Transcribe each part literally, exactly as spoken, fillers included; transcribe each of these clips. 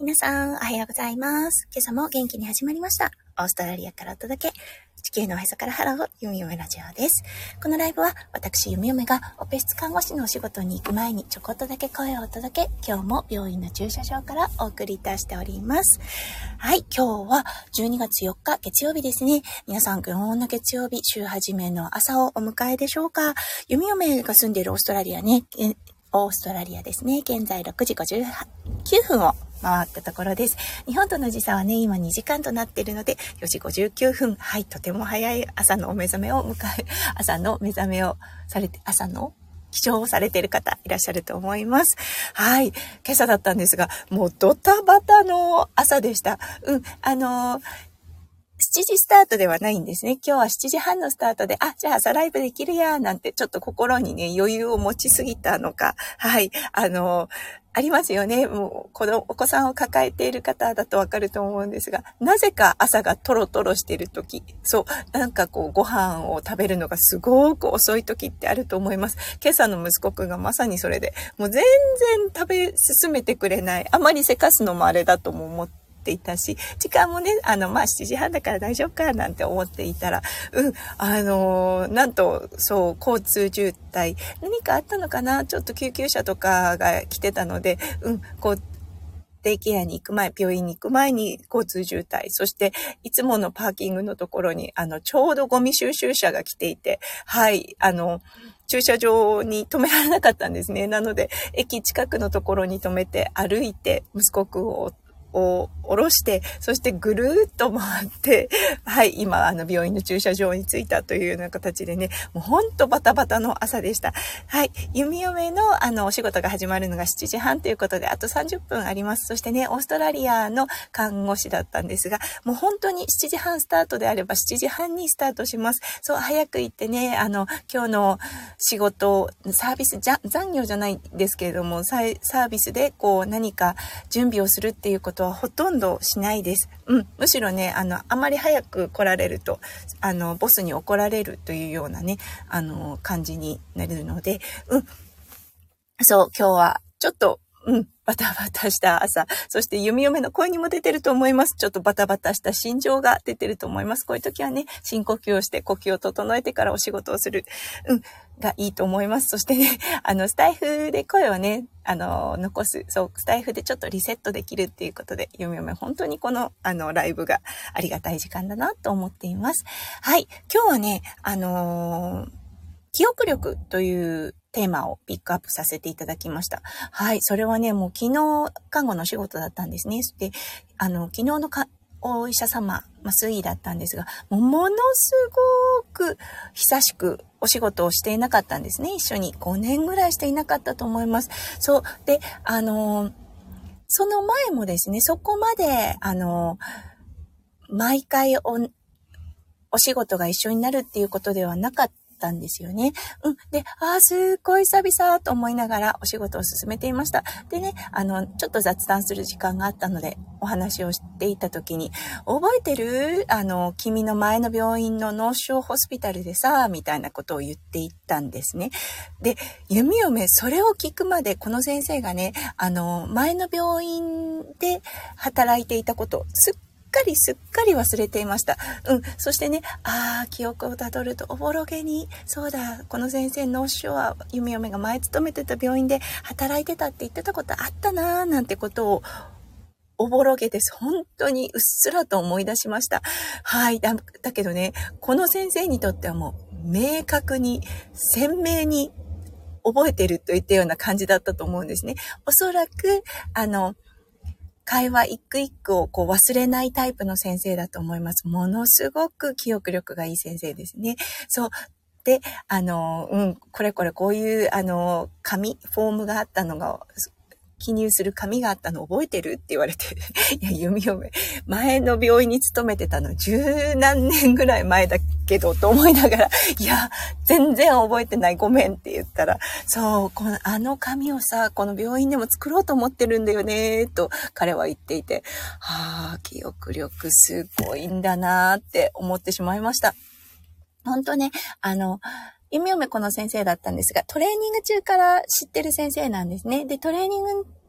皆さん、おはようございます。今朝も元気に始まりました。オーストラリアからお届け。地球のおへそからハロー、ゆみよめラジオです。このライブは、私、ゆみよめがオペ室看護師のお仕事に行く前にちょこっとだけ声をお届け、今日も病院の駐車場からお送りいたしております。はい、今日はじゅうにがつよっか月曜日ですね。皆さん、どんな月曜日、週始めの朝をお迎えでしょうか。ゆみよめが住んでいるオーストラリアね、オーストラリアですね。現在ろくじごじゅうきゅうふんを回ったところです。日本との時差はね、今にじかんとなっているので、よじごじゅうきゅうふん。はい、とても早い朝のお目覚めを迎え、朝の目覚めをされて、朝の起床をされている方いらっしゃると思います。はい、今朝だったんですが、もうドタバタの朝でした。うん、あのー、しちじスタートではないんですね。今日はしちじはんのスタートで、あ、じゃあ朝ライブできるやなんてちょっと心にね、余裕を持ちすぎたのか、はい、あの、ありますよね。もう、このお子さんを抱えている方だとわかると思うんですが、なぜか朝がトロトロしている時、そう、なんかこう、ご飯を食べるのがすごく遅い時ってあると思います。今朝の息子くんがまさにそれで、もう全然食べ進めてくれない。あまりせかすのもあれだとも思って、いたし、時間もね、あの、まあ、しちじはんだから大丈夫かなんて思っていたら、うん、あのー、なんと、そう、交通渋滞、何かあったのかな、ちょっと救急車とかが来てたので、うん、こう、デイケアに行く前、病院に行く前に交通渋滞、そしていつものパーキングのところに、あの、ちょうどゴミ収集車が来ていて、はい、あの、駐車場に止められなかったんですね。なので、駅近くのところに止めて歩いて、息子くんをを下ろして、そしてぐるーっと回って、はい、今、あの、病院の駐車場に着いたというような形でね、もうほんとバタバタの朝でした。はい、弓嫁の、あの、お仕事が始まるのがしちじはんということで、あとさんじゅっぷんあります。そしてね、オーストラリアの看護師だったんですが、もう本当にしちじはんスタートであればしちじはんにスタートします。そう、早く行ってね、あの、今日の仕事、サービス、じゃ残業じゃないですけれども、サービスでこう何か準備をするっていうことはほとんどしないです。うん、むしろね、あの、あまり早く来られると、あの、ボスに怒られるというようなね、あの、感じになるので、うん、そう、今日はちょっと、うん、バタバタした朝、そして弓嫁の声にも出てると思います。ちょっとバタバタした心情が出てると思います。こういう時はね、深呼吸をして呼吸を整えてからお仕事をする、うん、がいいと思います。そしてね、あの、スタイフで声をね、あの、残す、そう、スタイフでちょっとリセットできるっていうことで、弓嫁本当にこの、あの、ライブがありがたい時間だなと思っています。はい、今日はね、あのー、記憶力というテーマをピックアップさせていただきました。はい。それはね、もう昨日看護の仕事だったんですね。で、あの、昨日のかお医者様、麻酔医だったんですが、もうものすごく久しくお仕事をしていなかったんですね。一緒にごねんぐらいしていなかったと思います。そう。で、あの、その前もですね、そこまで、あの、毎回お、お仕事が一緒になるっていうことではなかった。たんですよね。うん。で、あーすっごい久々と思いながらお仕事を進めていました。でね、あの、ちょっと雑談する時間があったので、お話をしていた時に、覚えてる？あの、君の前の病院のノーショーホスピタルでさ、みたいなことを言っていったんですね。で、弓嫁、それを聞くまで、この先生がね、あの、前の病院で働いていたこと、すっすっかりすっかり忘れていました。うん。そしてね、ああ、記憶をたどるとおぼろげに、そうだ、この先生の師匠は弓嫁が前勤めてた病院で働いてたって言ってたことあったなーなんてことをおぼろげです。本当にうっすらと思い出しました。はい。だ、だけどね、この先生にとってはもう明確に鮮明に覚えてるといったような感じだったと思うんですね。おそらく、あの、会話一句一句をこう忘れないタイプの先生だと思います。ものすごく記憶力がいい先生ですね。そう。で、あの、うん、これこれこういう、あの、紙、フォームがあったのが、記入する紙があったの覚えてるって言われて、いや、弓嫁、前の病院に勤めてたの十何年ぐらい前だけど、と思いながら、いや、全然覚えてない、ごめんって言ったら、そう、この、あの紙をさ、この病院でも作ろうと思ってるんだよね、と彼は言っていて、はあ、記憶力すごいんだなって思ってしまいました。本当ね、あの、弓嫁この先生だったんですが、トレーニング中から知ってる先生なんですね。で、トレーニング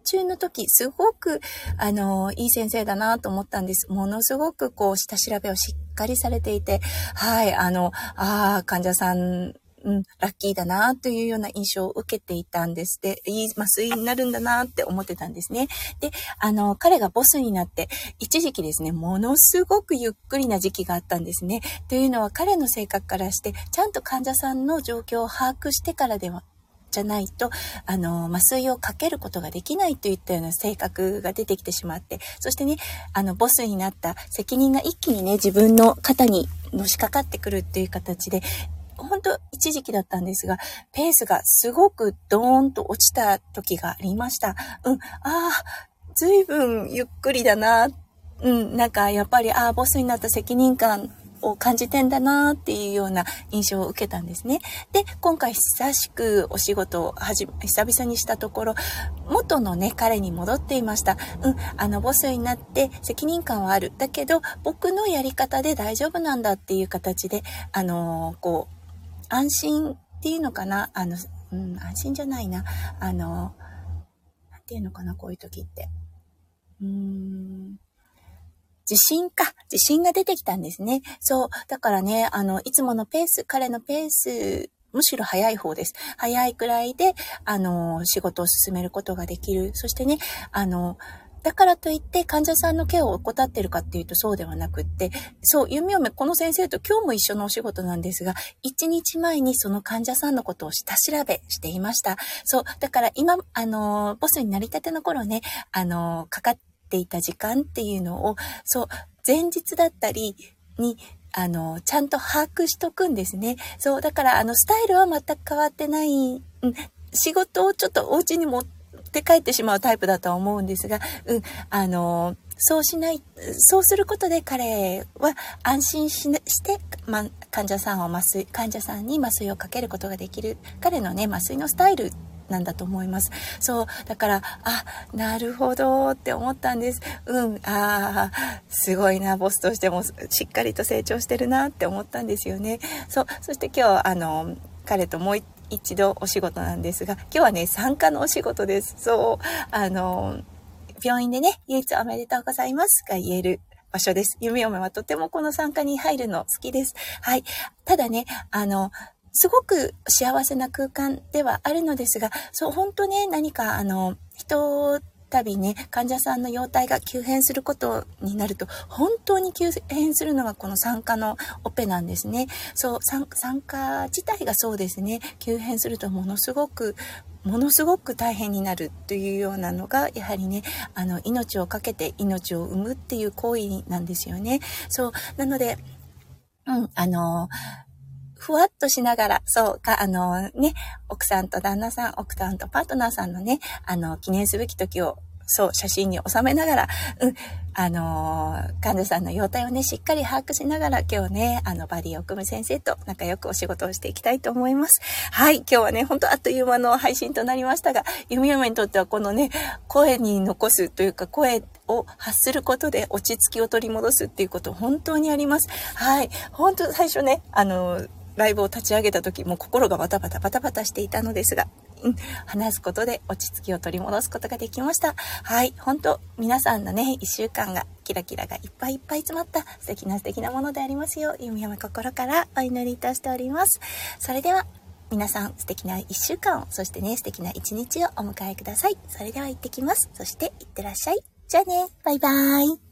中の時、すごく、あの、いい先生だなと思ったんです。ものすごくこう、下調べをしっかりされていて、はい、あの、ああ、患者さん、うん、ラッキーだなというような印象を受けていたんです。で、いい麻酔になるんだなって思ってたんですね。で、あの、彼がボスになって、一時期ですね、ものすごくゆっくりな時期があったんですね。というのは彼の性格からして、ちゃんと患者さんの状況を把握してからでは、じゃないと、あの、麻酔をかけることができないといったような性格が出てきてしまって、そしてね、あの、ボスになった責任が一気にね、自分の肩にのしかかってくるっていう形で、本当一時期だったんですが、ペースがすごくドーンと落ちた時がありました。うん、ああ、ずいぶんゆっくりだな。うん、なんかやっぱり、ああ、ボスになった責任感を感じてんだなっていうような印象を受けたんですね。で、今回久しくお仕事をはじ久々にしたところ、元のね、彼に戻っていました。うん、あの、ボスになって責任感はある。だけど、僕のやり方で大丈夫なんだっていう形で、あのー、こう、安心っていうのかな、あの、うん、安心じゃないな。あの、なんていうのかな、こういう時って。うーん、自信か。自信が出てきたんですね。そう。だからね、あの、いつものペース、彼のペース、むしろ早い方です。早いくらいで、あの、仕事を進めることができる。そしてね、あの、だからといって患者さんのケアを怠ってるかっていうとそうではなくって、そう、弓嫁この先生と今日も一緒のお仕事なんですが、一日前にその患者さんのことを下調べしていました。そう、だから今、あの、ボスになりたての頃ね、あの、かかっていた時間っていうのを、そう、前日だったりに、あの、ちゃんと把握しとくんですね。そう、だからあの、スタイルは全く変わってない、うん、仕事をちょっとお家に持ってで帰ってしまうタイプだとは思うんですが、うん、あの、そうしない、そうすることで彼は安心し、して、ま、患者さんを麻酔、患者さんに麻酔をかけることができる、彼のね、麻酔のスタイルなんだと思います。そう、だから、あ、なるほどって思ったんです。うん、ああ、すごいな、ボスとしてもしっかりと成長してるなって思ったんですよね。そう、そして今日、あの、彼ともう一一度お仕事なんですが、今日はね、産科のお仕事です。そう、あの、病院でね、唯一おめでとうございますが言える場所です。弓嫁はとてもこの産科に入るの好きです。はい。ただね、あの、すごく幸せな空間ではあるのですが、そう、本当ね、何かあの、人たびね、患者さんの容体が急変することになると、本当に急変するのがこの産科のオペなんですね。そう、産科自体がそうですね。急変するとものすごく、ものすごく大変になるというようなのが、やはりね、あの、命をかけて命を産むっていう行為なんですよね。そう、なので、うん、あの、ふわっとしながら、そうか、あのね、奥さんと旦那さん、奥さんとパートナーさんのね、あの、記念すべき時を、そう、写真に収めながら、うん、あのー、患者さんの容体をね、しっかり把握しながら、今日ね、あの、バディを組む先生と仲良くお仕事をしていきたいと思います。はい、今日はね、本当あっという間の配信となりましたが、弓嫁にとってはこのね、声に残すというか、声を発することで落ち着きを取り戻すっていうこと、本当にあります。はい、本当最初ね、あのー、ライブを立ち上げた時も心がバタバタバタバタしていたのですが、うん、話すことで落ち着きを取り戻すことができました。はい、本当皆さんのね、一週間がキラキラがいっぱいいっぱい詰まった素敵な素敵なものでありますよう、弓嫁心からお祈りいたしております。それでは皆さん素敵な一週間を、そしてね、素敵な一日をお迎えください。それでは行ってきます。そして行ってらっしゃい。じゃあね、バイバイ。